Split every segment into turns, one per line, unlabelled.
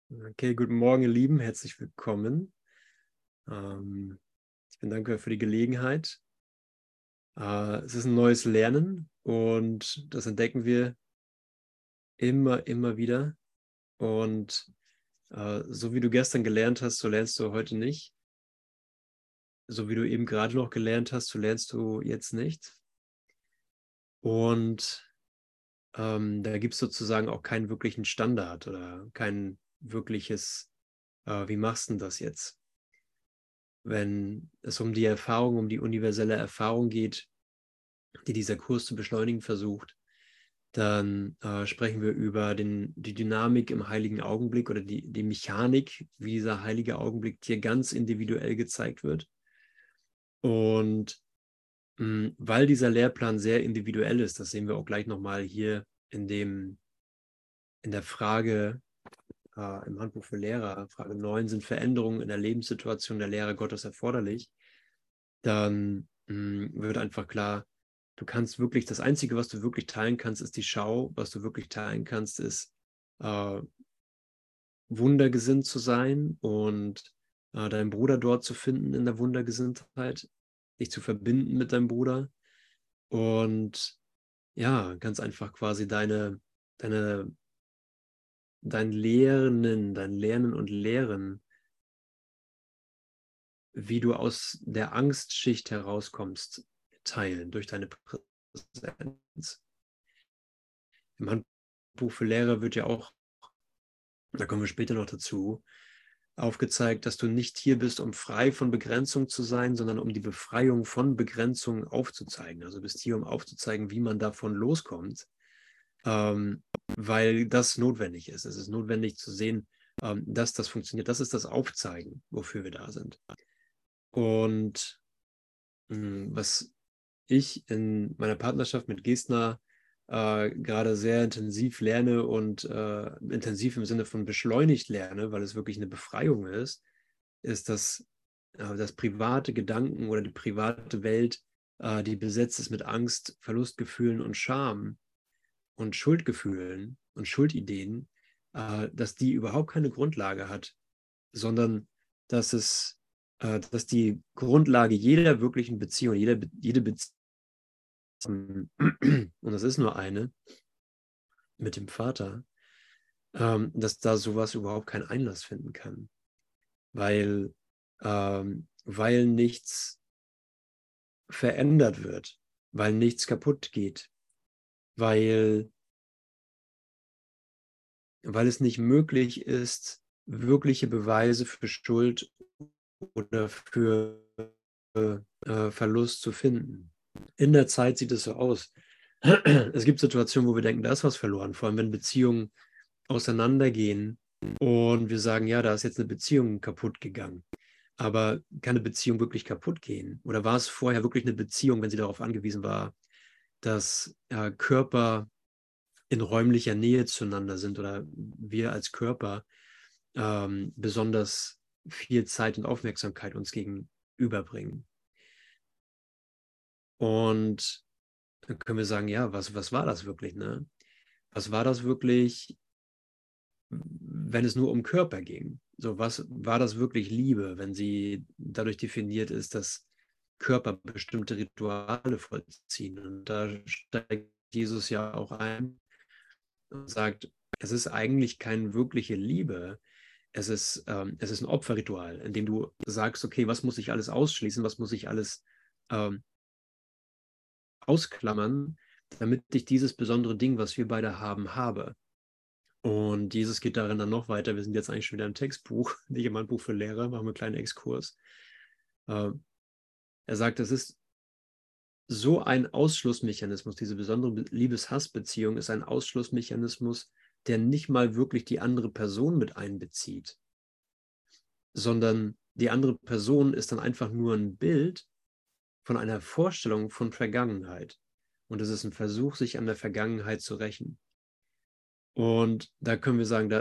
Okay, guten Morgen, ihr Lieben, herzlich willkommen. Ich bin dankbar für die Gelegenheit. Es ist ein neues Lernen und das entdecken wir immer wieder. Und so wie du gestern gelernt hast, so lernst du heute nicht. So wie du eben gerade noch gelernt hast, so lernst du jetzt nicht. Und da gibt es sozusagen auch keinen wirklichen Standard oder kein wirkliches, wie machst du denn das jetzt? Wenn es um die Erfahrung, um die universelle Erfahrung geht, die dieser Kurs zu beschleunigen versucht, dann sprechen wir über die Dynamik im heiligen Augenblick oder die Mechanik, wie dieser heilige Augenblick dir ganz individuell gezeigt wird. Und weil dieser Lehrplan sehr individuell ist, das sehen wir auch gleich nochmal hier in der Frage im Handbuch für Lehrer, Frage 9, sind Veränderungen in der Lebenssituation der Lehrer Gottes erforderlich, dann wird einfach klar, du kannst wirklich, das Einzige, was du wirklich teilen kannst, ist die Schau. Was du wirklich teilen kannst, ist äh, wundergesinnt zu sein und deinen Bruder dort zu finden in der Wundergesinntheit, dich zu verbinden mit deinem Bruder und ja, ganz einfach quasi deine, dein Lernen und Lehren, wie du aus der Angstschicht herauskommst, teilen durch deine Präsenz. Im Handbuch für Lehrer wird ja auch, da kommen wir später noch dazu, aufgezeigt, dass du nicht hier bist, um frei von Begrenzung zu sein, sondern um die Befreiung von Begrenzung aufzuzeigen. Also du bist hier, um aufzuzeigen, wie man davon loskommt, ähm, weil das notwendig ist. Es ist notwendig zu sehen, dass das funktioniert. Das ist das Aufzeigen, wofür wir da sind. Und was ich in meiner Partnerschaft mit Gestner gerade sehr intensiv lerne und intensiv im Sinne von beschleunigt lerne, weil es wirklich eine Befreiung ist, dass das private Gedanken oder die private Welt, die besetzt ist mit Angst, Verlustgefühlen und Scham und Schuldgefühlen und Schuldideen, dass die überhaupt keine Grundlage hat, sondern dass die Grundlage jeder wirklichen Beziehung, jede Beziehung, und das ist nur eine mit dem Vater, dass da sowas überhaupt keinen Einlass finden kann, weil nichts verändert wird, weil nichts kaputt geht, weil, weil es nicht möglich ist, wirkliche Beweise für Schuld oder für Verlust zu finden. In der Zeit sieht es so aus. Es gibt Situationen, wo wir denken, da ist was verloren, vor allem wenn Beziehungen auseinandergehen und wir sagen, ja, da ist jetzt eine Beziehung kaputt gegangen. Aber kann eine Beziehung wirklich kaputt gehen? Oder war es vorher wirklich eine Beziehung, wenn sie darauf angewiesen war, dass Körper in räumlicher Nähe zueinander sind oder wir als Körper besonders viel Zeit und Aufmerksamkeit uns gegenüberbringen? Und dann können wir sagen, ja, was war das wirklich, ne? Was war das wirklich, wenn es nur um Körper ging? So, was war das wirklich Liebe, wenn sie dadurch definiert ist, dass Körper bestimmte Rituale vollziehen? Und da steigt Jesus ja auch ein und sagt, es ist eigentlich keine wirkliche Liebe. Es ist ein Opferritual, in dem du sagst, okay, was muss ich alles ausschließen, was muss ich alles ähm, ausklammern, damit ich dieses besondere Ding, was wir beide haben, habe. Und Jesus geht darin dann noch weiter. Wir sind jetzt eigentlich schon wieder im Textbuch, nicht im Handbuch für Lehrer, machen wir einen kleinen Exkurs. Äh, Er sagt, es ist so ein Ausschlussmechanismus, diese besondere Liebes-Hass-Beziehung ist ein Ausschlussmechanismus, der nicht mal wirklich die andere Person mit einbezieht, sondern die andere Person ist dann einfach nur ein Bild von einer Vorstellung von Vergangenheit. Und es ist ein Versuch, sich an der Vergangenheit zu rächen. Und da können wir sagen,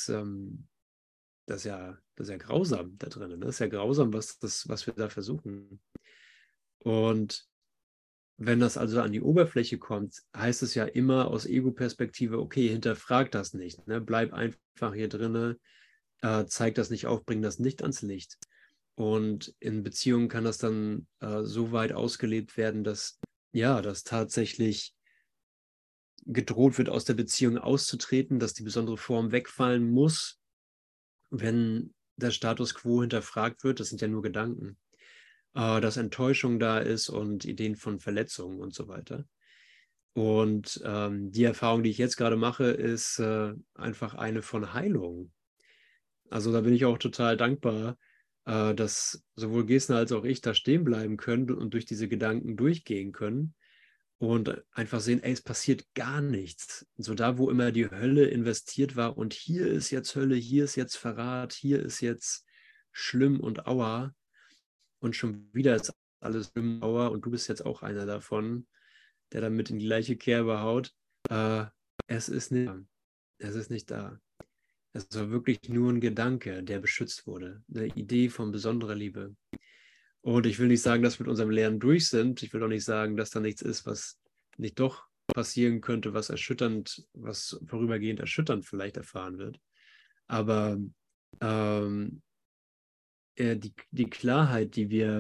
das ist ja grausam da drin. Ne? Das ist ja grausam, was wir da versuchen. Und wenn das also an die Oberfläche kommt, heißt es ja immer aus Ego-Perspektive, okay, hinterfrag das nicht. Ne? Bleib einfach hier drinne, zeig das nicht auf, bring das nicht ans Licht. Und in Beziehungen kann das dann so weit ausgelebt werden, dass ja, dass tatsächlich gedroht wird, aus der Beziehung auszutreten, dass die besondere Form wegfallen muss, wenn der Status quo hinterfragt wird. Das sind ja nur Gedanken. Dass Enttäuschung da ist und Ideen von Verletzungen und so weiter. Und die Erfahrung, die ich jetzt gerade mache, ist einfach eine von Heilung. Also da bin ich auch total dankbar, dass sowohl Gesner als auch ich da stehen bleiben können und durch diese Gedanken durchgehen können und einfach sehen, ey, es passiert gar nichts. So da, wo immer die Hölle investiert war und hier ist jetzt Hölle, hier ist jetzt Verrat, hier ist jetzt schlimm und aua und schon wieder ist alles schlimm und aua und du bist jetzt auch einer davon, der damit in die gleiche Kerbe haut. Äh, es ist nicht, es ist nicht da. Es war wirklich nur ein Gedanke, der beschützt wurde. Eine Idee von besonderer Liebe. Und ich will nicht sagen, dass wir mit unserem Lernen durch sind. Ich will auch nicht sagen, dass da nichts ist, was nicht doch passieren könnte, was erschütternd, was vorübergehend erschütternd vielleicht erfahren wird. Aber die Klarheit,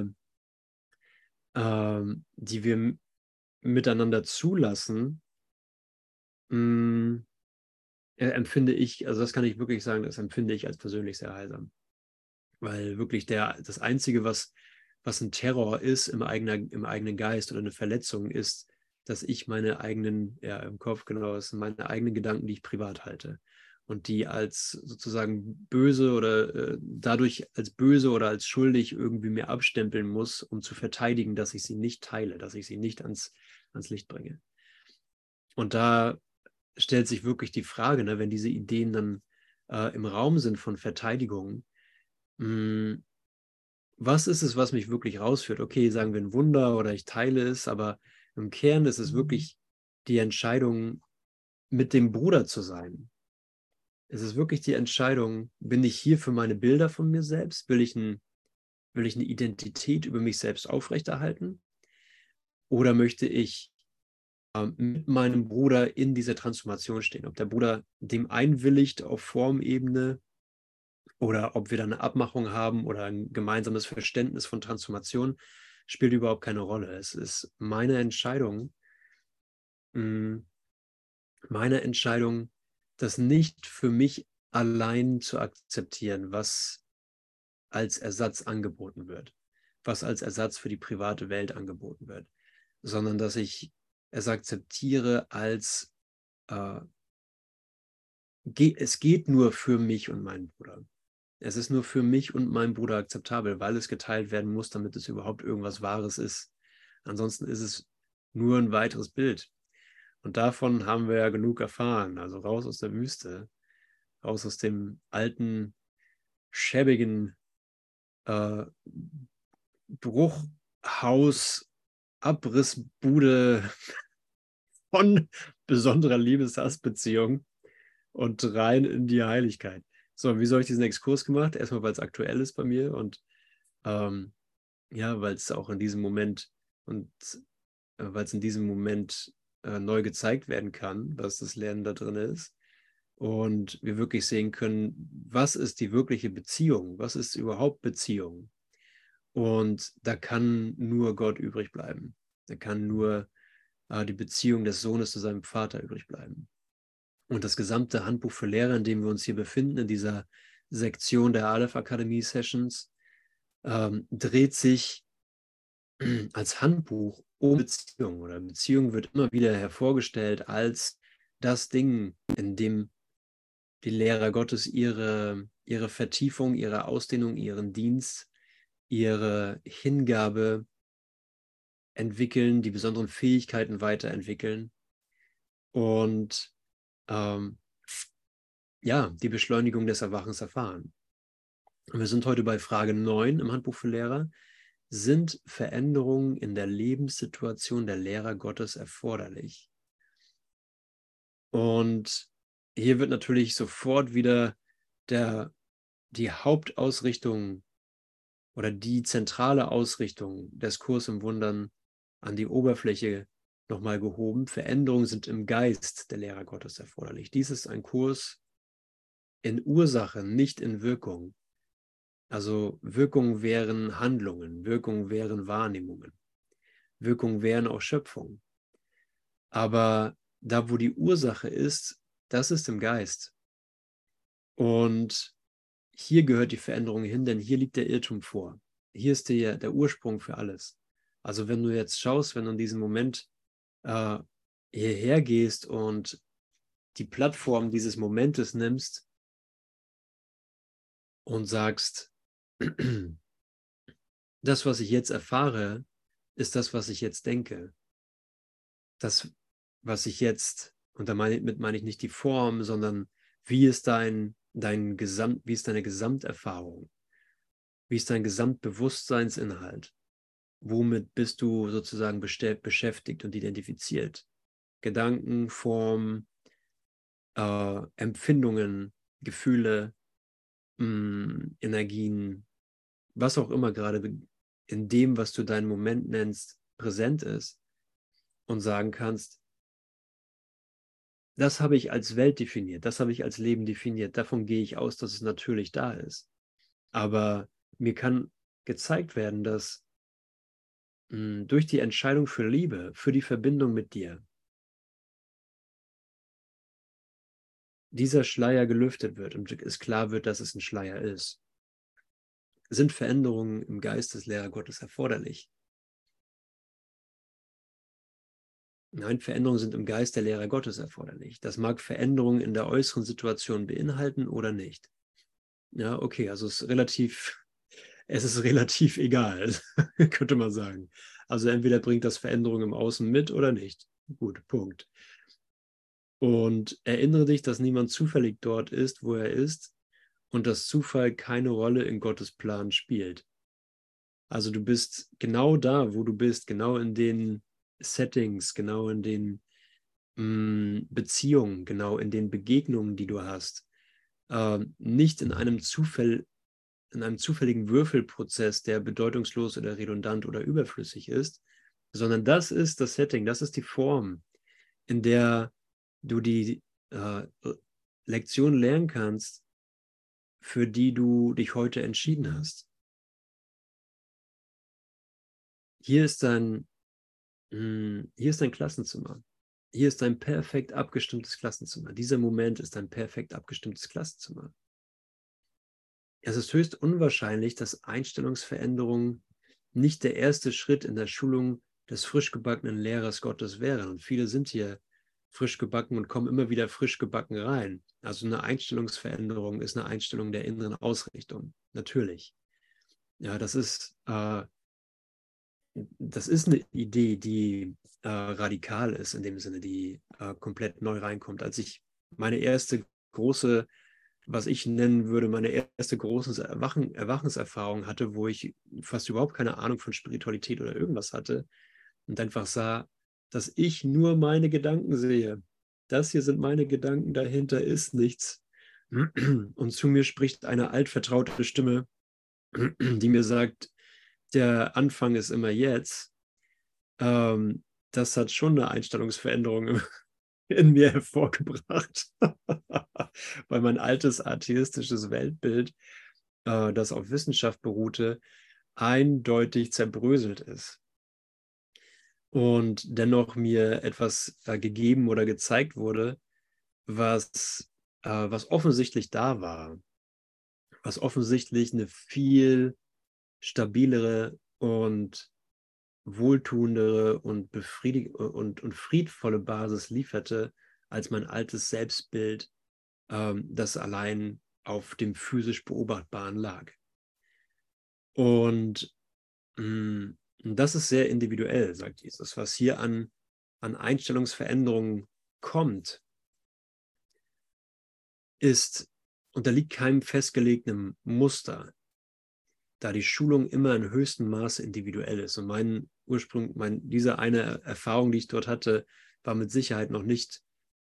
die wir miteinander zulassen, mh, empfinde ich, also das kann ich wirklich sagen, das empfinde ich als persönlich sehr heilsam. Weil wirklich das Einzige, was ein Terror ist im eigenen Geist oder eine Verletzung ist, dass ich meine eigenen, ja, im Kopf genau, das sind meine eigenen Gedanken, die ich privat halte. Und die als sozusagen böse oder dadurch als böse oder als schuldig irgendwie mir abstempeln muss, um zu verteidigen, dass ich sie nicht teile, dass ich sie nicht ans Licht bringe. Und da stellt sich wirklich die Frage, ne, wenn diese Ideen dann im Raum sind von Verteidigung, was ist es, was mich wirklich rausführt? Okay, sagen wir ein Wunder oder ich teile es, aber im Kern ist es wirklich die Entscheidung, mit dem Bruder zu sein. Es ist wirklich die Entscheidung, bin ich hier für meine Bilder von mir selbst? Will ich eine Identität über mich selbst aufrechterhalten? Oder möchte ich mit meinem Bruder in dieser Transformation stehen? Ob der Bruder dem einwilligt auf Formebene oder ob wir da eine Abmachung haben oder ein gemeinsames Verständnis von Transformation, spielt überhaupt keine Rolle. Es ist mh, meine Entscheidung, das nicht für mich allein zu akzeptieren, was als Ersatz angeboten wird, was als Ersatz für die private Welt angeboten wird, sondern dass ich es akzeptiere als es geht nur für mich und meinen Bruder. Es ist nur für mich und meinen Bruder akzeptabel, weil es geteilt werden muss, damit es überhaupt irgendwas Wahres ist. Ansonsten ist es nur ein weiteres Bild. Und davon haben wir ja genug erfahren. Also raus aus der Wüste, raus aus dem alten, schäbigen äh, Bruchhaus, Abrissbude von besonderer Liebes-Hass-Beziehung und rein in die Heiligkeit. So, wie soll ich diesen Exkurs gemacht? Erstmal, weil es aktuell ist bei mir und ähm, ja, weil es auch in diesem Moment und weil es in diesem Moment neu gezeigt werden kann, was das Lernen da drin ist. Und wir wirklich sehen können, was ist die wirkliche Beziehung? Was ist überhaupt Beziehung? Und da kann nur Gott übrig bleiben. Da kann nur die Beziehung des Sohnes zu seinem Vater übrig bleiben. Und das gesamte Handbuch für Lehrer, in dem wir uns hier befinden, in dieser Sektion der Aleph Akademie Sessions, dreht sich als Handbuch um Beziehung oder Beziehung wird immer wieder hervorgestellt als das Ding, in dem die Lehrer Gottes ihre Vertiefung, ihre Ausdehnung, ihren Dienst, ihre Hingabe entwickeln, die besonderen Fähigkeiten weiterentwickeln und ähm, ja, die Beschleunigung des Erwachens erfahren. Und wir sind heute bei Frage 9 im Handbuch für Lehrer. Sind Veränderungen in der Lebenssituation der Lehrer Gottes erforderlich? Und hier wird natürlich sofort wieder die Hauptausrichtung oder die zentrale Ausrichtung des Kurs im Wundern an die Oberfläche nochmal gehoben. Veränderungen sind im Geist der Lehrer Gottes erforderlich. Dies ist ein Kurs in Ursache, nicht in Wirkung. Also Wirkung wären Handlungen, Wirkung wären Wahrnehmungen, Wirkung wären auch Schöpfung. Aber da, wo die Ursache ist, das ist im Geist. Und hier gehört die Veränderung hin, denn hier liegt der Irrtum vor. Hier ist der Ursprung für alles. Also wenn du jetzt schaust, wenn du in diesem Moment hierher gehst und die Plattform dieses Momentes nimmst und sagst, das, was ich jetzt erfahre, ist das, was ich jetzt denke. Das, was ich jetzt, und damit meine ich nicht die Form, sondern wie ist wie ist deine Gesamterfahrung? Wie ist dein Gesamtbewusstseinsinhalt? Womit bist du sozusagen beschäftigt und identifiziert? Gedanken, Form, Empfindungen, Gefühle, Energien, was auch immer gerade in dem, was du deinen Moment nennst, präsent ist und sagen kannst, das habe ich als Welt definiert, das habe ich als Leben definiert, davon gehe ich aus, dass es natürlich da ist. Aber mir kann gezeigt werden, dass durch die Entscheidung für Liebe, für die Verbindung mit dir, dieser Schleier gelüftet wird und es klar wird, dass es ein Schleier ist. Sind Veränderungen im Geist des Lehrer Gottes erforderlich? Nein, Veränderungen sind im Geist der Lehrer Gottes erforderlich. Das mag Veränderungen in der äußeren Situation beinhalten oder nicht. Ja, okay, also es ist relativ egal, könnte man sagen. Also entweder bringt das Veränderung im Außen mit oder nicht. Gut, Punkt. Und erinnere dich, dass niemand zufällig dort ist, wo er ist und dass Zufall keine Rolle in Gottes Plan spielt. Also du bist genau da, wo du bist, genau in den Settings, genau in den Beziehungen, genau in den Begegnungen, die du hast. Nicht in einem zufälligen Würfelprozess, der bedeutungslos oder redundant oder überflüssig ist, sondern das ist das Setting, das ist die Form, in der du die Lektion lernen kannst, für die du dich heute entschieden hast. Hier ist dein Klassenzimmer. Hier ist ein perfekt abgestimmtes Klassenzimmer. Dieser Moment ist ein perfekt abgestimmtes Klassenzimmer. Es ist höchst unwahrscheinlich, dass Einstellungsveränderungen nicht der erste Schritt in der Schulung des frisch gebackenen Lehrers Gottes wären. Und viele sind hier frisch gebacken und kommen immer wieder frisch gebacken rein. Also eine Einstellungsveränderung ist eine Einstellung der inneren Ausrichtung. Natürlich. Ja, das ist eine Idee, die radikal ist, in dem Sinne, die komplett neu reinkommt. Als ich meine erste große, was ich nennen würde, meine erste große Erwachenserfahrung hatte, wo ich fast überhaupt keine Ahnung von Spiritualität oder irgendwas hatte und einfach sah, dass ich nur meine Gedanken sehe. Das hier sind meine Gedanken, dahinter ist nichts. Und zu mir spricht eine altvertraute Stimme, die mir sagt, der Anfang ist immer jetzt. Das hat schon eine Einstellungsveränderung in mir hervorgebracht, weil mein altes atheistisches Weltbild, das auf Wissenschaft beruhte, eindeutig zerbröselt ist. Und dennoch mir etwas gegeben oder gezeigt wurde, was offensichtlich da war, was offensichtlich eine viel stabilere und wohltuendere und und friedvolle Basis lieferte als mein altes Selbstbild, das allein auf dem physisch Beobachtbaren lag. Und das ist sehr individuell, sagt Jesus. Was hier an Einstellungsveränderungen kommt, unterliegt keinem festgelegten Muster, da die Schulung immer in höchstem Maße individuell ist. Und diese eine Erfahrung, die ich dort hatte, war mit Sicherheit noch nicht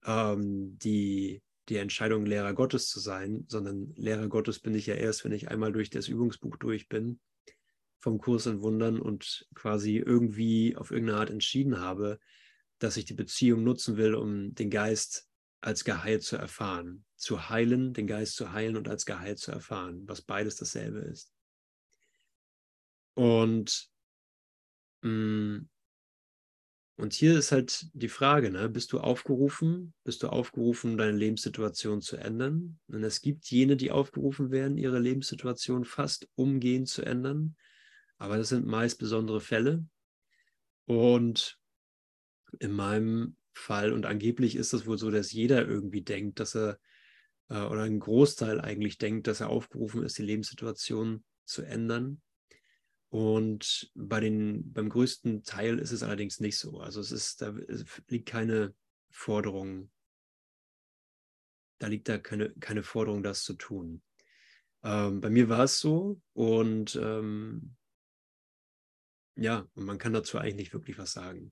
die Entscheidung, Lehrer Gottes zu sein, sondern Lehrer Gottes bin ich ja erst, wenn ich einmal durch das Übungsbuch durch bin, vom Kurs in Wundern und quasi irgendwie auf irgendeine Art entschieden habe, dass ich die Beziehung nutzen will, um den Geist als geheilt zu erfahren. Zu heilen, den Geist zu heilen und als geheilt zu erfahren, was beides dasselbe ist. Und hier ist halt die Frage, ne? Bist du aufgerufen, deine Lebenssituation zu ändern? Und es gibt jene, die aufgerufen werden, ihre Lebenssituation fast umgehend zu ändern. Aber das sind meist besondere Fälle. Und in meinem Fall, und angeblich ist es wohl so, dass jeder irgendwie denkt, dass er, oder ein Großteil eigentlich denkt, dass er aufgerufen ist, die Lebenssituation zu ändern. Und beim größten Teil ist es allerdings nicht so. Also da liegt keine Forderung, keine Forderung, das zu tun. Bei mir war es so und ja, und man kann dazu eigentlich nicht wirklich was sagen.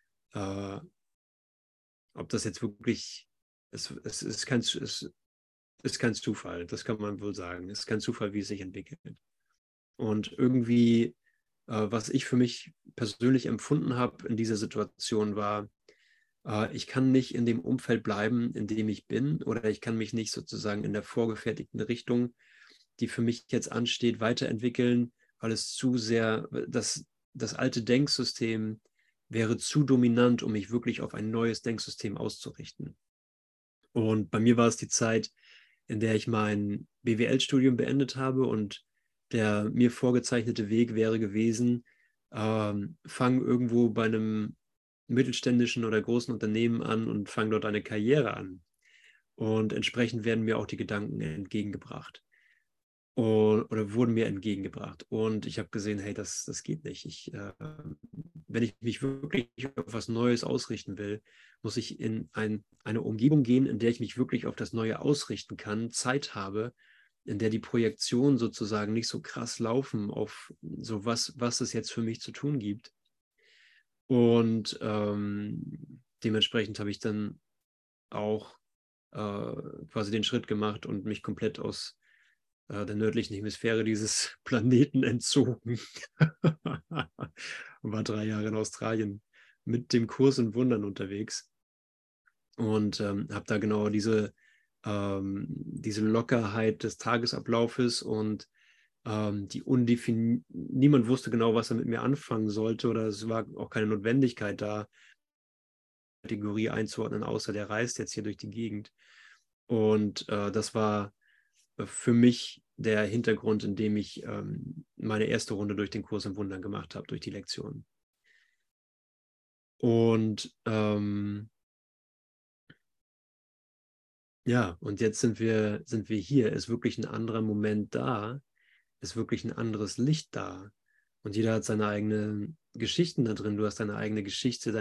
Ob das jetzt wirklich, es ist kein Zufall, das kann man wohl sagen. Es ist kein Zufall, wie es sich entwickelt. Und irgendwie, was ich für mich persönlich empfunden habe in dieser Situation war, ich kann nicht in dem Umfeld bleiben, in dem ich bin, oder ich kann mich nicht sozusagen in der vorgefertigten Richtung, die für mich jetzt ansteht, weiterentwickeln, weil es zu sehr, das alte Denksystem wäre zu dominant, um mich wirklich auf ein neues Denksystem auszurichten. Und bei mir war es die Zeit, in der ich mein BWL-Studium beendet habe, und der mir vorgezeichnete Weg wäre gewesen, fang irgendwo bei einem mittelständischen oder großen Unternehmen an und fang dort eine Karriere an. Und entsprechend werden mir auch die Gedanken entgegengebracht. Oder wurden mir entgegengebracht. Und ich habe gesehen, hey, das geht nicht. Wenn ich mich wirklich auf was Neues ausrichten will, muss ich in eine Umgebung gehen, in der ich mich wirklich auf das Neue ausrichten kann, Zeit habe, in der die Projektionen sozusagen nicht so krass laufen auf so was es jetzt für mich zu tun gibt. Und dementsprechend habe ich dann auch quasi den Schritt gemacht und mich komplett aus der nördlichen Hemisphäre dieses Planeten entzogen und war 3 Jahre in Australien mit dem Kurs in Wundern unterwegs und habe da genau diese Lockerheit des Tagesablaufes und niemand wusste genau, was er mit mir anfangen sollte, oder es war auch keine Notwendigkeit da, Kategorie einzuordnen, außer der reist jetzt hier durch die Gegend. Und das war für mich der Hintergrund, in dem ich meine erste Runde durch den Kurs in Wundern gemacht habe, durch die Lektion. Und ja, und jetzt sind wir hier. Ist wirklich ein anderer Moment da? Ist wirklich ein anderes Licht da? Und jeder hat seine eigenen Geschichten da drin. Du hast deine eigene Geschichte,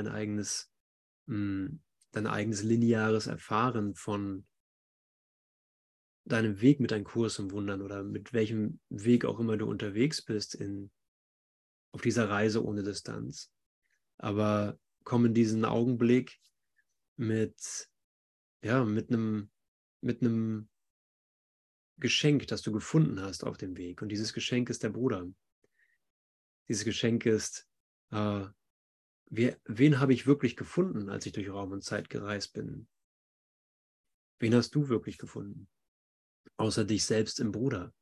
dein eigenes lineares Erfahren von deinem Weg mit deinem Kurs im Wundern oder mit welchem Weg auch immer du unterwegs bist auf dieser Reise ohne Distanz. Aber komm in diesen Augenblick mit, ja, mit einem Geschenk, das du gefunden hast auf dem Weg. Und dieses Geschenk ist der Bruder. Dieses Geschenk ist, wen habe ich wirklich gefunden, als ich durch Raum und Zeit gereist bin? Wen hast du wirklich gefunden? Außer dich selbst im Bruder.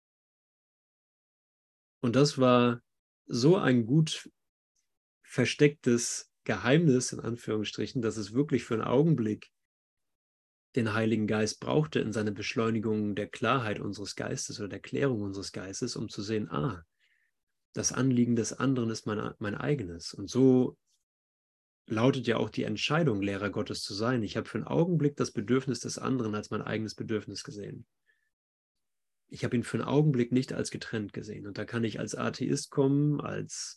Und das war so ein gut verstecktes Geheimnis, in Anführungsstrichen, dass es wirklich für einen Augenblick den Heiligen Geist brauchte in seiner Beschleunigung der Klarheit unseres Geistes oder der Klärung unseres Geistes, um zu sehen, das Anliegen des anderen ist mein eigenes. Und so lautet ja auch die Entscheidung, Lehrer Gottes zu sein. Ich habe für einen Augenblick das Bedürfnis des anderen als mein eigenes Bedürfnis gesehen. Ich habe ihn für einen Augenblick nicht als getrennt gesehen. Und da kann ich als Atheist kommen, als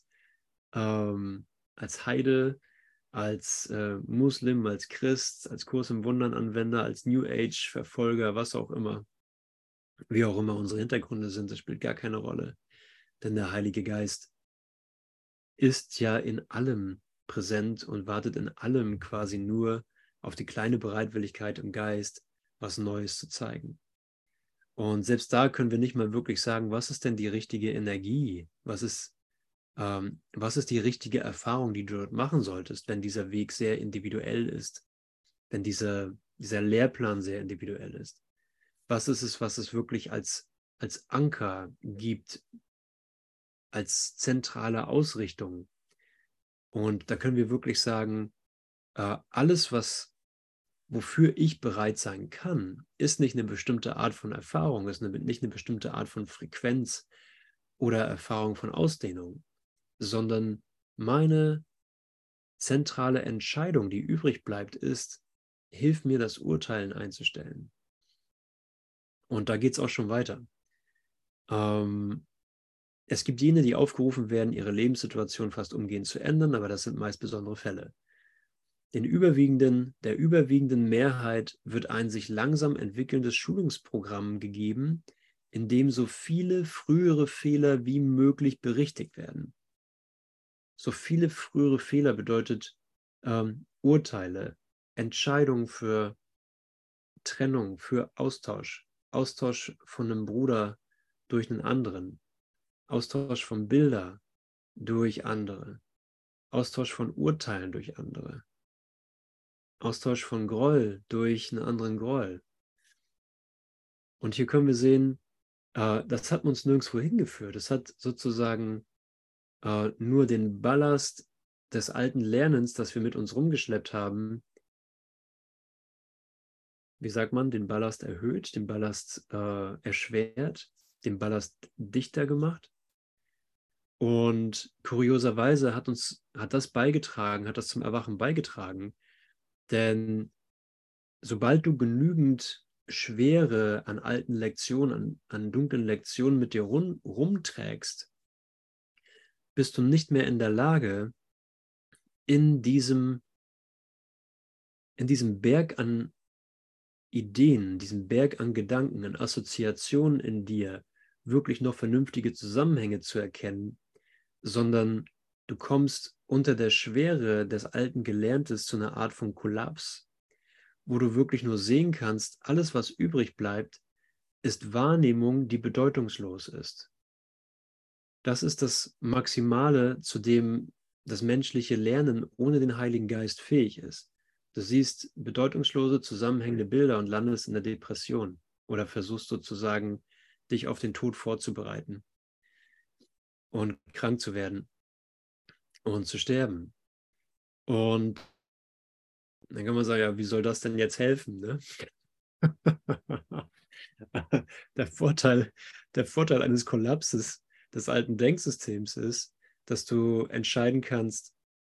Heide, als Muslim, als Christ, als Kurs im Wundern-Anwender, als New Age-Verfolger, was auch immer. Wie auch immer unsere Hintergründe sind, das spielt gar keine Rolle. Denn der Heilige Geist ist ja in allem präsent und wartet in allem quasi nur auf die kleine Bereitwilligkeit im Geist, was Neues zu zeigen. Und selbst da können wir nicht mal wirklich sagen, was ist denn die richtige Energie? Was ist die richtige Erfahrung, die du dort machen solltest, wenn dieser Weg sehr individuell ist, wenn diese dieser Lehrplan sehr individuell ist. Was ist es, was es wirklich als Anker gibt, als zentrale Ausrichtung? Und da können wir wirklich sagen, alles, wofür ich bereit sein kann, ist nicht eine bestimmte Art von Erfahrung, ist nicht eine bestimmte Art von Frequenz oder Erfahrung von Ausdehnung, sondern meine zentrale Entscheidung, die übrig bleibt, ist, hilf mir, das Urteilen einzustellen. Und da geht es auch schon weiter. Es gibt jene, die aufgerufen werden, ihre Lebenssituation fast umgehend zu ändern, aber das sind meist besondere Fälle. Der überwiegenden Mehrheit wird ein sich langsam entwickelndes Schulungsprogramm gegeben, in dem so viele frühere Fehler wie möglich berichtigt werden. So viele frühere Fehler bedeutet Urteile, Entscheidungen für Trennung, für Austausch, Austausch von einem Bruder durch einen anderen, Austausch von Bilder durch andere, Austausch von Urteilen durch andere, Austausch von Groll durch einen anderen Groll. Und hier können wir sehen, das hat uns nirgendwo hingeführt. Es hat sozusagen nur den Ballast des alten Lernens, das wir mit uns rumgeschleppt haben, wie sagt man, den Ballast erhöht, den Ballast erschwert, den Ballast dichter gemacht. Und kurioserweise hat das zum Erwachen beigetragen. Denn sobald du genügend Schwere an alten Lektionen, an dunklen Lektionen mit dir rumträgst, bist du nicht mehr in der Lage, in diesem Berg an Ideen, diesem Berg an Gedanken, an Assoziationen in dir wirklich noch vernünftige Zusammenhänge zu erkennen, sondern du kommst unter der Schwere des alten Gelerntes zu einer Art von Kollaps, wo du wirklich nur sehen kannst, alles, was übrig bleibt, ist Wahrnehmung, die bedeutungslos ist. Das ist das Maximale, zu dem das menschliche Lernen ohne den Heiligen Geist fähig ist. Du siehst bedeutungslose, zusammenhängende Bilder und landest in der Depression oder versuchst sozusagen, dich auf den Tod vorzubereiten und krank zu werden und zu sterben. Und dann kann man sagen, ja, wie soll das denn jetzt helfen? Ne? Der Vorteil eines Kollapses des alten Denksystems ist, dass du entscheiden kannst,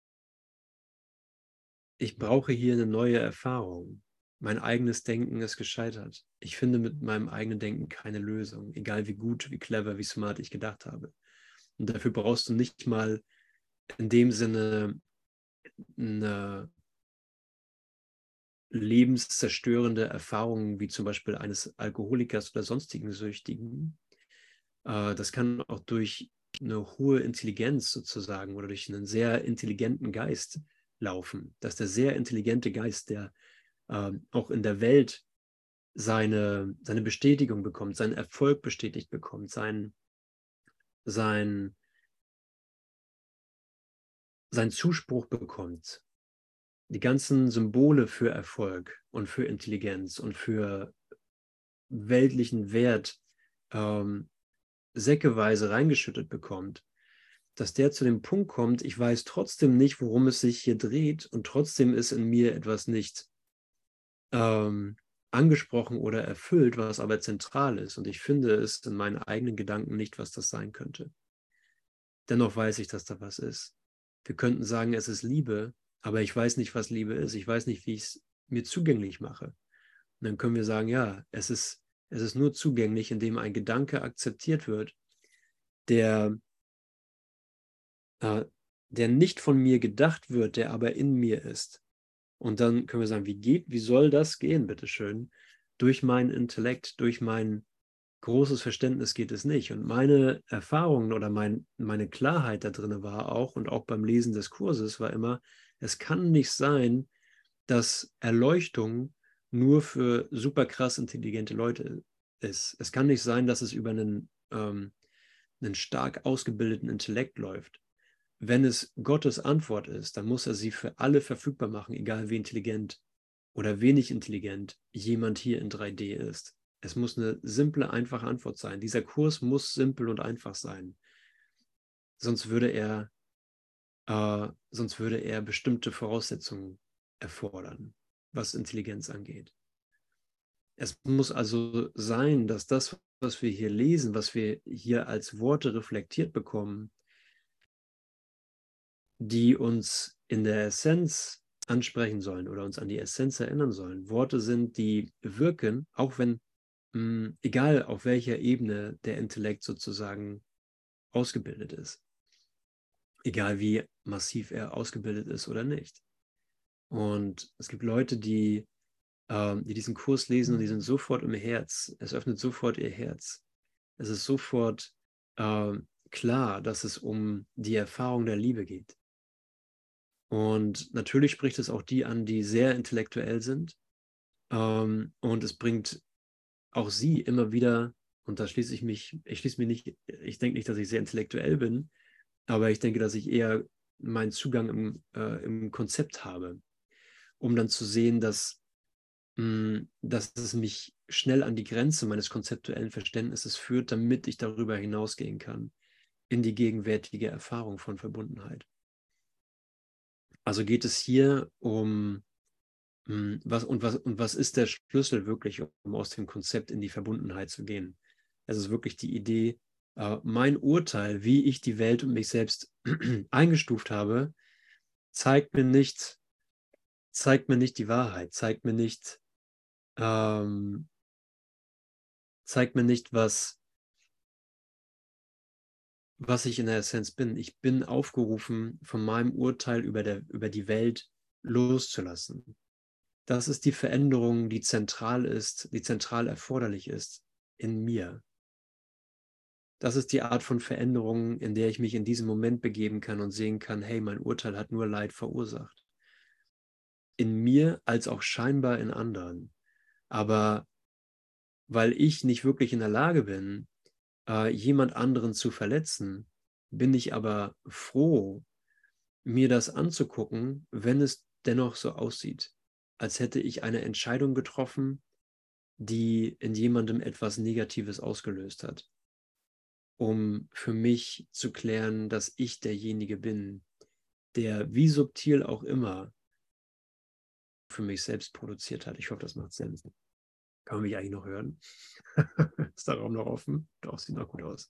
ich brauche hier eine neue Erfahrung. Mein eigenes Denken ist gescheitert. Ich finde mit meinem eigenen Denken keine Lösung, egal wie gut, wie clever, wie smart ich gedacht habe. Und dafür brauchst du nicht mal in dem Sinne eine lebenszerstörende Erfahrung, wie zum Beispiel eines Alkoholikers oder sonstigen Süchtigen. Das kann auch durch eine hohe Intelligenz sozusagen oder durch einen sehr intelligenten Geist laufen. Dass der sehr intelligente Geist, der auch in der Welt seine Bestätigung bekommt, seinen Erfolg bestätigt bekommt, sein Zuspruch bekommt, die ganzen Symbole für Erfolg und für Intelligenz und für weltlichen Wert säckeweise reingeschüttet bekommt, dass der zu dem Punkt kommt, ich weiß trotzdem nicht, worum es sich hier dreht und trotzdem ist in mir etwas nicht angesprochen oder erfüllt, was aber zentral ist. Und ich finde es in meinen eigenen Gedanken nicht, was das sein könnte. Dennoch weiß ich, dass da was ist. Wir könnten sagen, es ist Liebe, aber ich weiß nicht, was Liebe ist. Ich weiß nicht, wie ich es mir zugänglich mache. Und dann können wir sagen, ja, es ist nur zugänglich, indem ein Gedanke akzeptiert wird, der nicht von mir gedacht wird, der aber in mir ist. Und dann können wir sagen, wie soll das gehen, bitteschön? Durch meinen Intellekt, durch mein großes Verständnis geht es nicht. Und meine Erfahrungen oder meine Klarheit da drin war auch, und auch beim Lesen des Kurses war immer, es kann nicht sein, dass Erleuchtung nur für super krass intelligente Leute ist. Es kann nicht sein, dass es über einen stark ausgebildeten Intellekt läuft. Wenn es Gottes Antwort ist, dann muss er sie für alle verfügbar machen, egal wie intelligent oder wenig intelligent jemand hier in 3D ist. Es muss eine simple, einfache Antwort sein. Dieser Kurs muss simpel und einfach sein. Sonst würde er bestimmte Voraussetzungen erfordern, was Intelligenz angeht. Es muss also sein, dass das, was wir hier lesen, was wir hier als Worte reflektiert bekommen, die uns in der Essenz ansprechen sollen oder uns an die Essenz erinnern sollen. Worte sind, die wirken, auch wenn, egal auf welcher Ebene der Intellekt sozusagen ausgebildet ist. Egal wie massiv er ausgebildet ist oder nicht. Und es gibt Leute, die diesen Kurs lesen und die sind sofort im Herz. Es öffnet sofort ihr Herz. Es ist sofort klar, dass es um die Erfahrung der Liebe geht. Und natürlich spricht es auch die an, die sehr intellektuell sind. Und es bringt auch sie immer wieder, und da schließe ich mich nicht, ich denke nicht, dass ich sehr intellektuell bin, aber ich denke, dass ich eher meinen Zugang im Konzept habe, um dann zu sehen, dass es mich schnell an die Grenze meines konzeptuellen Verständnisses führt, damit ich darüber hinausgehen kann in die gegenwärtige Erfahrung von Verbundenheit. Also geht es hier um was ist der Schlüssel wirklich, um aus dem Konzept in die Verbundenheit zu gehen? Es ist wirklich die Idee, mein Urteil, wie ich die Welt und mich selbst eingestuft habe, zeigt mir nicht die Wahrheit, zeigt mir nicht, was ich in der Essenz bin. Ich bin aufgerufen, von meinem Urteil über die Welt loszulassen. Das ist die Veränderung, die zentral erforderlich ist in mir. Das ist die Art von Veränderung, in der ich mich in diesem Moment begeben kann und sehen kann, hey, mein Urteil hat nur Leid verursacht. In mir als auch scheinbar in anderen. Aber weil ich nicht wirklich in der Lage bin, jemand anderen zu verletzen, bin ich aber froh, mir das anzugucken, wenn es dennoch so aussieht, als hätte ich eine Entscheidung getroffen, die in jemandem etwas Negatives ausgelöst hat, um für mich zu klären, dass ich derjenige bin, der wie subtil auch immer für mich selbst produziert hat. Ich hoffe, das macht Sinn. Kann man mich eigentlich noch hören? Ist der Raum noch offen? Doch, sieht noch gut aus.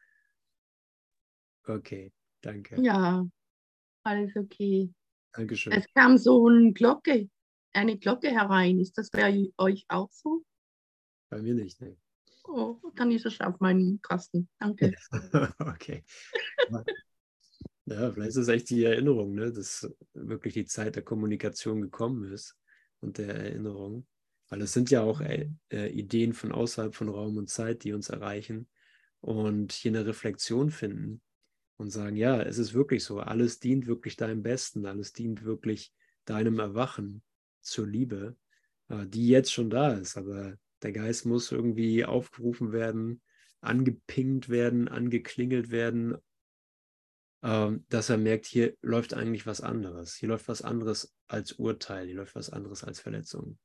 Okay, danke.
Ja, alles okay.
Dankeschön.
Es kam so eine Glocke herein. Ist das bei euch auch so?
Bei mir nicht, ne?
Oh, dann ist es auf meinem Kasten. Danke.
Okay. Ja, vielleicht ist es echt die Erinnerung, ne, dass wirklich die Zeit der Kommunikation gekommen ist und der Erinnerung. Weil es sind ja auch Ideen von außerhalb von Raum und Zeit, die uns erreichen und hier eine Reflexion finden und sagen, ja, es ist wirklich so, alles dient wirklich deinem Besten, alles dient wirklich deinem Erwachen zur Liebe, die jetzt schon da ist, aber der Geist muss irgendwie aufgerufen werden, angepingt werden, angeklingelt werden, dass er merkt, hier läuft eigentlich was anderes. Hier läuft was anderes als Urteil, hier läuft was anderes als Verletzung.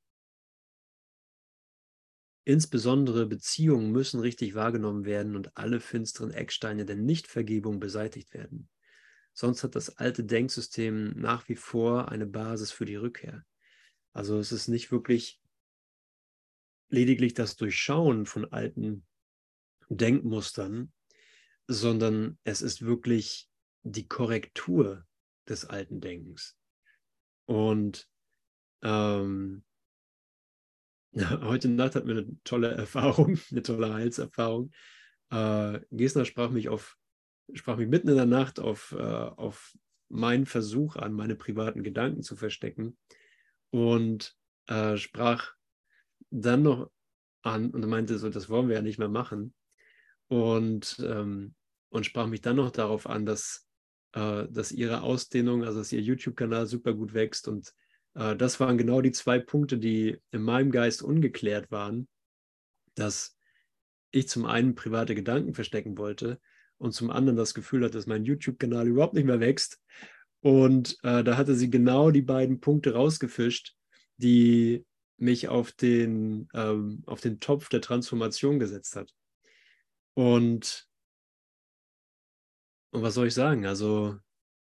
Insbesondere Beziehungen müssen richtig wahrgenommen werden und alle finsteren Ecksteine der Nichtvergebung beseitigt werden. Sonst hat das alte Denksystem nach wie vor eine Basis für die Rückkehr. Also es ist nicht wirklich lediglich das Durchschauen von alten Denkmustern, sondern es ist wirklich die Korrektur des alten Denkens. Und heute Nacht hatten wir eine tolle Erfahrung, eine tolle Heilserfahrung. Gesner sprach mich mitten in der Nacht auf meinen Versuch an, meine privaten Gedanken zu verstecken und sprach dann noch an und meinte so, das wollen wir ja nicht mehr machen und sprach mich dann noch darauf an, dass ihre Ausdehnung, also dass ihr YouTube-Kanal super gut wächst und das waren genau die zwei Punkte, die in meinem Geist ungeklärt waren, dass ich zum einen private Gedanken verstecken wollte und zum anderen das Gefühl hatte, dass mein YouTube-Kanal überhaupt nicht mehr wächst. Und da hatte sie genau die beiden Punkte rausgefischt, die mich auf den Topf der Transformation gesetzt hat. Und was soll ich sagen? Also,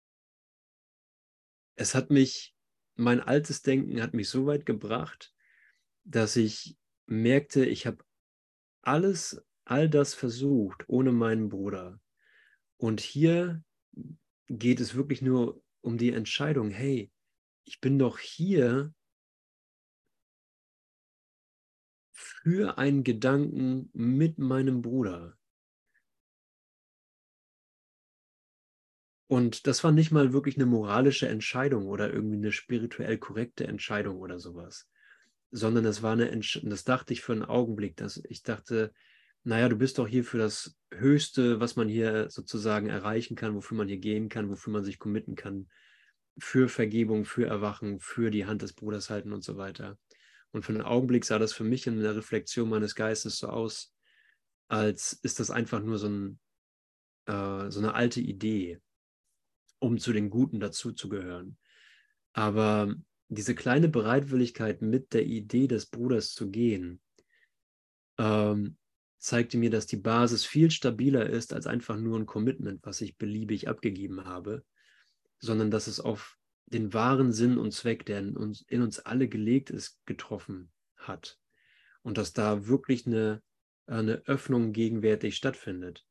mein altes Denken hat mich so weit gebracht, dass ich merkte, ich habe all das versucht ohne meinen Bruder. Und hier geht es wirklich nur um die Entscheidung, hey, ich bin doch hier für einen Gedanken mit meinem Bruder. Und das war nicht mal wirklich eine moralische Entscheidung oder irgendwie eine spirituell korrekte Entscheidung oder sowas, sondern das dachte ich für einen Augenblick, dass ich dachte, naja, du bist doch hier für das Höchste, was man hier sozusagen erreichen kann, wofür man hier gehen kann, wofür man sich committen kann, für Vergebung, für Erwachen, für die Hand des Bruders halten und so weiter. Und für einen Augenblick sah das für mich in der Reflexion meines Geistes so aus, als ist das einfach nur so eine alte Idee, um zu den Guten dazuzugehören. Aber diese kleine Bereitwilligkeit, mit der Idee des Bruders zu gehen, ähm, zeigte mir, dass die Basis viel stabiler ist als einfach nur ein Commitment, was ich beliebig abgegeben habe, sondern dass es auf den wahren Sinn und Zweck, der in uns alle gelegt ist, getroffen hat. Und dass da wirklich eine Öffnung gegenwärtig stattfindet.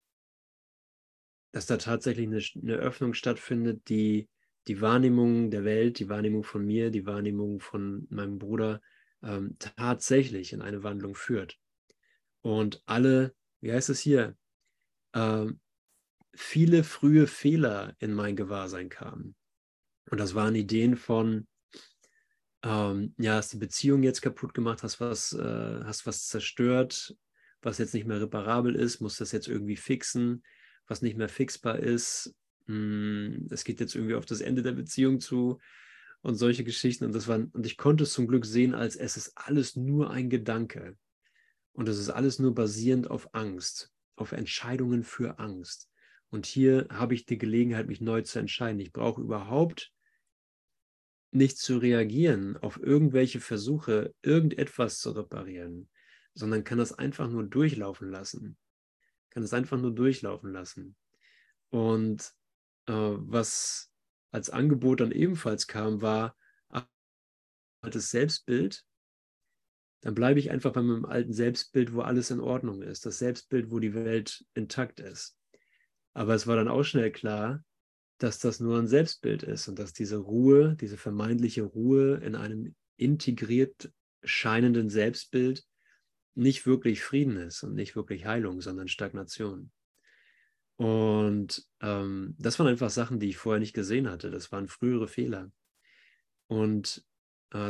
Dass da tatsächlich eine Öffnung stattfindet, die die Wahrnehmung der Welt, die Wahrnehmung von mir, die Wahrnehmung von meinem Bruder tatsächlich in eine Wandlung führt. Und wie heißt es hier, ähm, viele frühe Fehler in mein Gewahrsein kamen. Und das waren Ideen von, ja, hast die Beziehung jetzt kaputt gemacht, hast was zerstört, was jetzt nicht mehr reparabel ist, musst das jetzt irgendwie fixen, was nicht mehr fixbar ist. Es geht jetzt irgendwie auf das Ende der Beziehung zu und solche Geschichten. Und ich konnte es zum Glück sehen, als es ist alles nur ein Gedanke. Und es ist alles nur basierend auf Angst, auf Entscheidungen für Angst. Und hier habe ich die Gelegenheit, mich neu zu entscheiden. Ich brauche überhaupt nicht zu reagieren auf irgendwelche Versuche, irgendetwas zu reparieren, sondern kann das einfach nur durchlaufen lassen. Kann es einfach nur durchlaufen lassen. Und was als Angebot dann ebenfalls kam, war altes Selbstbild. Dann bleibe ich einfach bei meinem alten Selbstbild, wo alles in Ordnung ist. Das Selbstbild, wo die Welt intakt ist. Aber es war dann auch schnell klar, dass das nur ein Selbstbild ist und dass diese Ruhe, diese vermeintliche Ruhe in einem integriert scheinenden Selbstbild nicht wirklich Frieden ist und nicht wirklich Heilung, sondern Stagnation. Und das waren einfach Sachen, die ich vorher nicht gesehen hatte. Das waren frühere Fehler. Und äh,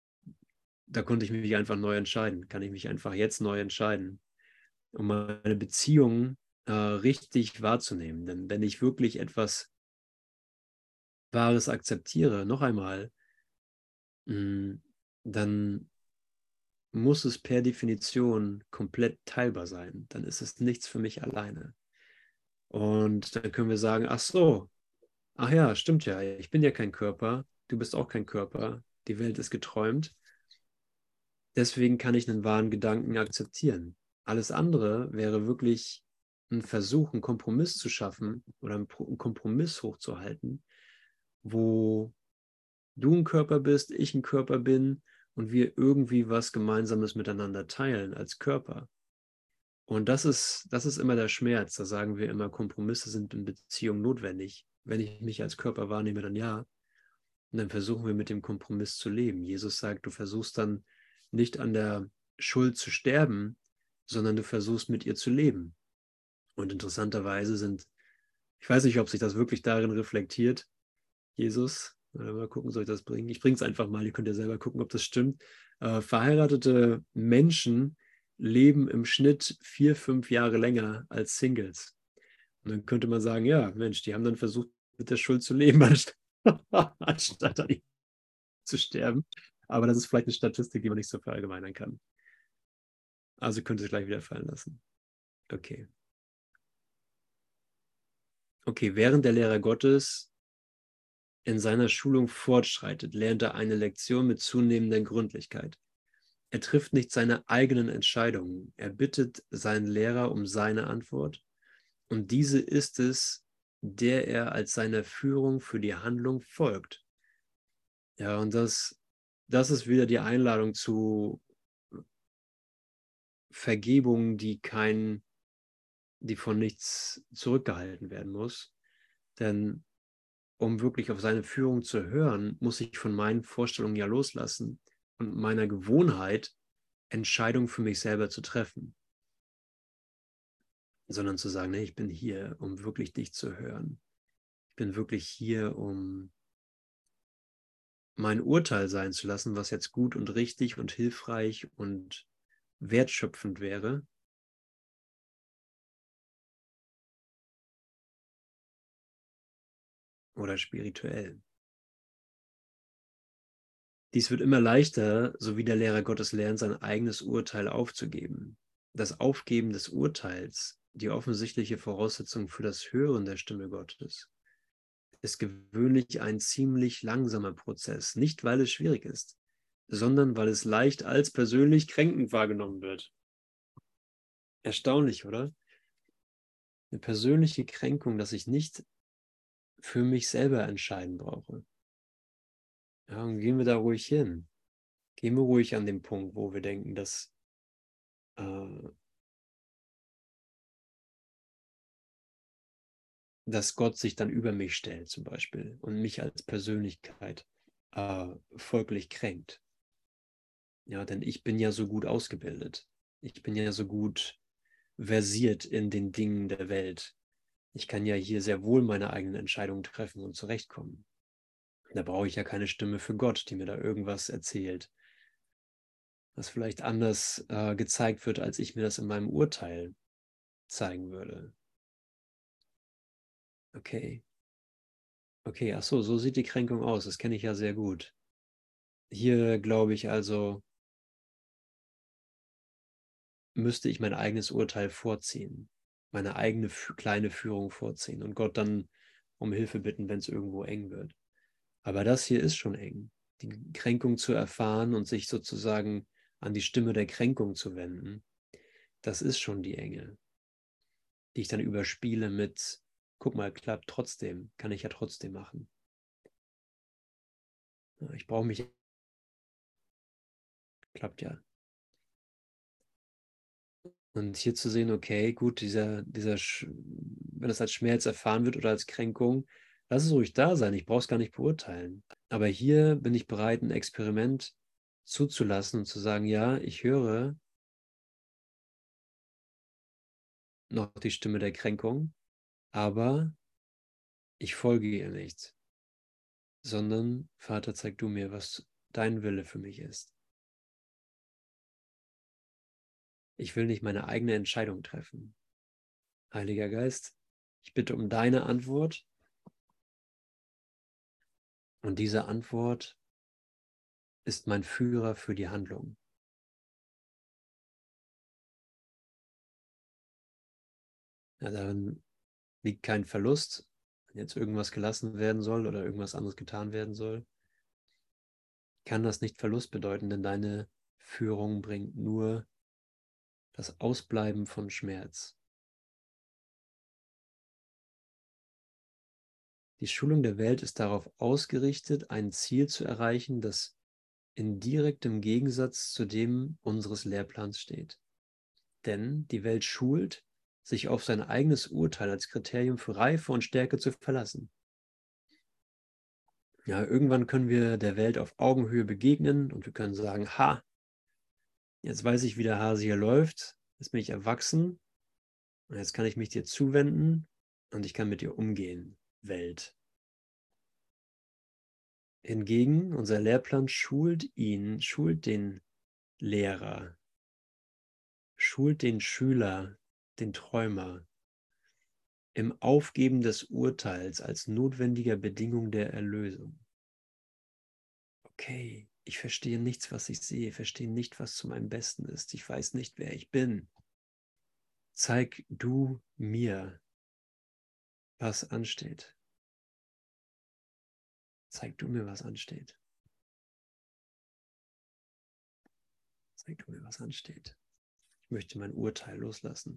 da konnte ich mich einfach neu entscheiden. Kann ich mich einfach jetzt neu entscheiden, um meine Beziehung richtig wahrzunehmen. Denn wenn ich wirklich etwas Wahres akzeptiere, noch einmal, dann muss es per Definition komplett teilbar sein. Dann ist es nichts für mich alleine. Und dann können wir sagen, ach so, ach ja, stimmt ja, ich bin ja kein Körper, du bist auch kein Körper, die Welt ist geträumt. Deswegen kann ich einen wahren Gedanken akzeptieren. Alles andere wäre wirklich ein Versuch, einen Kompromiss zu schaffen oder einen Kompromiss hochzuhalten, wo du ein Körper bist, ich ein Körper bin und wir irgendwie was Gemeinsames miteinander teilen als Körper. Und das ist immer der Schmerz. Da sagen wir immer, Kompromisse sind in Beziehungen notwendig. Wenn ich mich als Körper wahrnehme, dann ja. Und dann versuchen wir mit dem Kompromiss zu leben. Jesus sagt, du versuchst dann nicht an der Schuld zu sterben, sondern du versuchst mit ihr zu leben. Und interessanterweise ich weiß nicht, ob sich das wirklich darin reflektiert, Jesus. Mal gucken, soll ich das bringen? Ich bringe es einfach mal, ihr könnt ja selber gucken, ob das stimmt. Verheiratete Menschen leben im Schnitt 4, 5 Jahre länger als Singles. Und dann könnte man sagen, ja, Mensch, die haben dann versucht, mit der Schuld zu leben, anstatt an ihr zu sterben. Aber das ist vielleicht eine Statistik, die man nicht so verallgemeinern kann. Also könnte es gleich wieder fallen lassen. Okay. Okay, während der Lehrer Gottes in seiner Schulung fortschreitet, lernt er eine Lektion mit zunehmender Gründlichkeit. Er trifft nicht seine eigenen Entscheidungen. Er bittet seinen Lehrer um seine Antwort. Und diese ist es, der er als seiner Führung für die Handlung folgt. Ja, und das ist wieder die Einladung zu Vergebung, die von nichts zurückgehalten werden muss. Denn um wirklich auf seine Führung zu hören, muss ich von meinen Vorstellungen ja loslassen und meiner Gewohnheit, Entscheidungen für mich selber zu treffen. Sondern zu sagen, nee, ich bin hier, um wirklich dich zu hören. Ich bin wirklich hier, um mein Urteil sein zu lassen, was jetzt gut und richtig und hilfreich und wertschöpfend wäre. Oder spirituell. Dies wird immer leichter, so wie der Lehrer Gottes lernt, sein eigenes Urteil aufzugeben. Das Aufgeben des Urteils, die offensichtliche Voraussetzung für das Hören der Stimme Gottes, ist gewöhnlich ein ziemlich langsamer Prozess, nicht weil es schwierig ist, sondern weil es leicht als persönlich kränkend wahrgenommen wird. Erstaunlich, oder? Eine persönliche Kränkung, dass ich nicht für mich selber entscheiden brauche. Ja, und gehen wir da ruhig hin. Gehen wir ruhig an den Punkt, wo wir denken, dass Gott sich dann über mich stellt zum Beispiel und mich als Persönlichkeit folglich kränkt. Ja, denn ich bin ja so gut ausgebildet. Ich bin ja so gut versiert in den Dingen der Welt. Ich kann ja hier sehr wohl meine eigenen Entscheidungen treffen und zurechtkommen. Da brauche ich ja keine Stimme für Gott, die mir da irgendwas erzählt, was vielleicht anders gezeigt wird, als ich mir das in meinem Urteil zeigen würde. Okay. Okay, ach so, so sieht die Kränkung aus. Das kenne ich ja sehr gut. Hier glaube ich also, müsste ich mein eigenes Urteil vorziehen, meine eigene kleine Führung vorziehen und Gott dann um Hilfe bitten, wenn es irgendwo eng wird. Aber das hier ist schon eng. Die Kränkung zu erfahren und sich sozusagen an die Stimme der Kränkung zu wenden, das ist schon die Enge, die ich dann überspiele mit, guck mal, klappt trotzdem, kann ich ja trotzdem machen. Ich brauche mich, klappt ja. Und hier zu sehen, okay, gut, wenn das als Schmerz erfahren wird oder als Kränkung, lass es ruhig da sein, ich brauche es gar nicht beurteilen. Aber hier bin ich bereit, ein Experiment zuzulassen und zu sagen, ja, ich höre noch die Stimme der Kränkung, aber ich folge ihr nicht, sondern Vater, zeig du mir, was dein Wille für mich ist. Ich will nicht meine eigene Entscheidung treffen. Heiliger Geist, ich bitte um deine Antwort und diese Antwort ist mein Führer für die Handlung. Ja, darin liegt kein Verlust, wenn jetzt irgendwas gelassen werden soll oder irgendwas anderes getan werden soll. Kann das nicht Verlust bedeuten, denn deine Führung bringt nur das Ausbleiben von Schmerz. Die Schulung der Welt ist darauf ausgerichtet, ein Ziel zu erreichen, das in direktem Gegensatz zu dem unseres Lehrplans steht. Denn die Welt schult, sich auf sein eigenes Urteil als Kriterium für Reife und Stärke zu verlassen. Ja, irgendwann können wir der Welt auf Augenhöhe begegnen und wir können sagen, ha, jetzt weiß ich, wie der Hase hier läuft, jetzt bin ich erwachsen und jetzt kann ich mich dir zuwenden und ich kann mit dir umgehen, Welt. Hingegen, unser Lehrplan schult den Lehrer, schult den Schüler, den Träumer im Aufgeben des Urteils als notwendiger Bedingung der Erlösung. Okay, ich verstehe nichts, was ich sehe, verstehe nicht, was zu meinem Besten ist. Ich weiß nicht, wer ich bin. Zeig du mir, was ansteht. Zeig du mir, was ansteht. Zeig du mir, was ansteht. Ich möchte mein Urteil loslassen.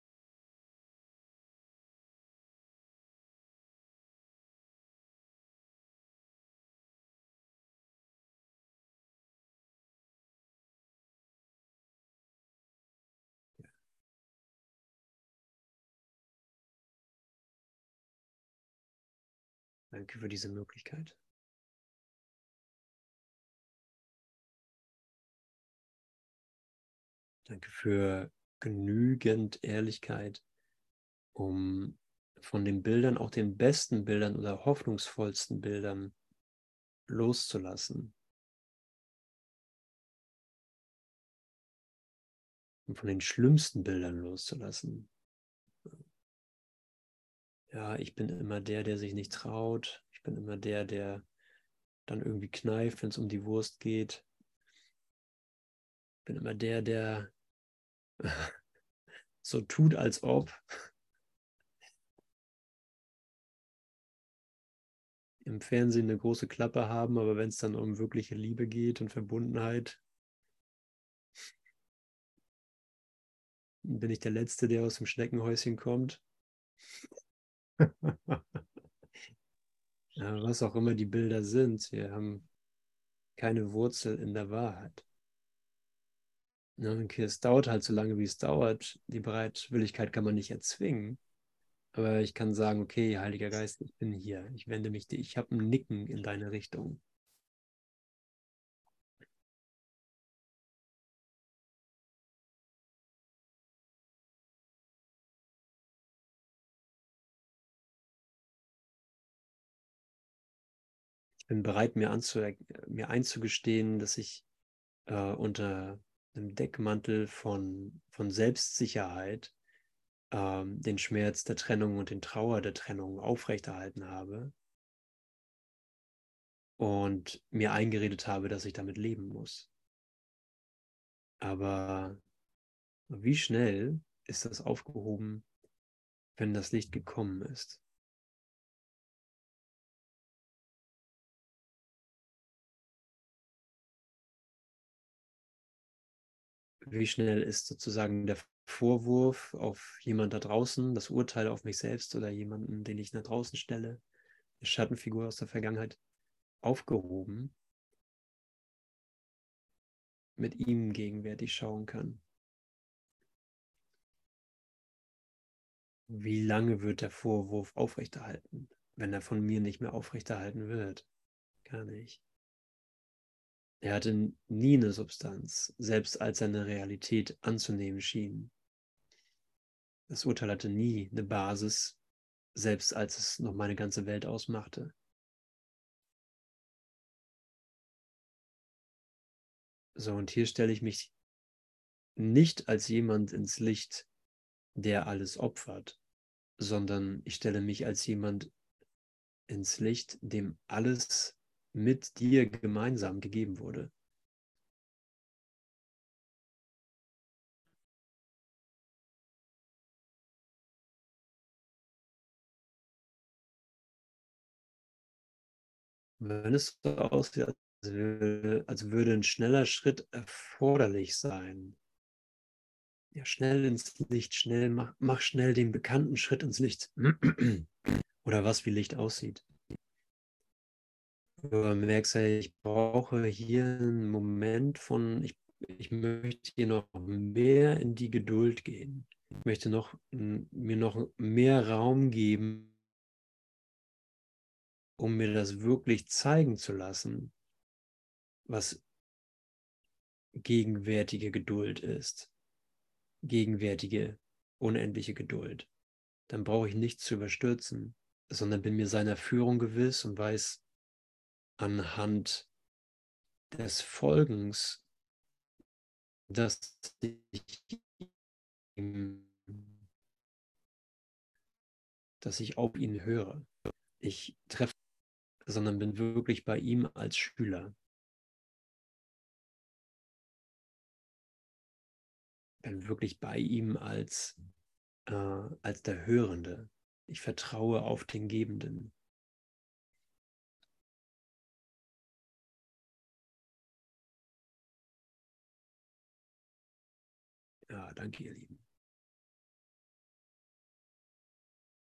Danke für diese Möglichkeit. Danke für genügend Ehrlichkeit, um von den Bildern, auch den besten Bildern oder hoffnungsvollsten Bildern loszulassen. Und von den schlimmsten Bildern loszulassen. Ja, ich bin immer der, der sich nicht traut. Ich bin immer der, der dann irgendwie kneift, wenn es um die Wurst geht. Ich bin immer der, der so tut, als ob. Im Fernsehen eine große Klappe haben, aber wenn es dann um wirkliche Liebe geht und Verbundenheit, bin ich der Letzte, der aus dem Schneckenhäuschen kommt. Ja, was auch immer die Bilder sind, sie haben keine Wurzel in der Wahrheit. Ja, okay, es dauert halt so lange, wie es dauert. Die Bereitwilligkeit kann man nicht erzwingen. Aber ich kann sagen, okay, Heiliger Geist, ich bin hier. Ich wende mich dir. Ich habe ein Nicken in deine Richtung. Ich bin bereit, mir einzugestehen, dass ich unter einem Deckmantel von Selbstsicherheit den Schmerz der Trennung und den Trauer der Trennung aufrechterhalten habe und mir eingeredet habe, dass ich damit leben muss. Aber wie schnell ist das aufgehoben, wenn das Licht gekommen ist? Wie schnell ist sozusagen der Vorwurf auf jemand da draußen, das Urteil auf mich selbst oder jemanden, den ich nach draußen stelle, eine Schattenfigur aus der Vergangenheit, aufgehoben, mit ihm gegenwärtig schauen kann? Wie lange wird der Vorwurf aufrechterhalten, wenn er von mir nicht mehr aufrechterhalten wird? Gar nicht. Er hatte nie eine Substanz, selbst als er eine Realität anzunehmen schien. Das Urteil hatte nie eine Basis, selbst als es noch meine ganze Welt ausmachte. So, und hier stelle ich mich nicht als jemand ins Licht, der alles opfert, sondern ich stelle mich als jemand ins Licht, dem alles mit dir gemeinsam gegeben wurde. Wenn es so aussieht, als würde ein schneller Schritt erforderlich sein, ja, schnell ins Licht, schnell, mach schnell den bekannten Schritt ins Licht. Oder was wie Licht aussieht. Du merkst, hey, ich brauche hier einen Moment ich möchte hier noch mehr in die Geduld gehen. Ich möchte mir noch mehr Raum geben, um mir das wirklich zeigen zu lassen, was gegenwärtige Geduld ist. Gegenwärtige, unendliche Geduld. Dann brauche ich nichts zu überstürzen, sondern bin mir seiner Führung gewiss und weiß anhand des Folgens, dass ihm, dass ich auf ihn höre. Ich treffe, sondern bin wirklich bei ihm als Schüler. Bin wirklich bei ihm als der Hörende. Ich vertraue auf den Gebenden. Ja, danke, ihr Lieben.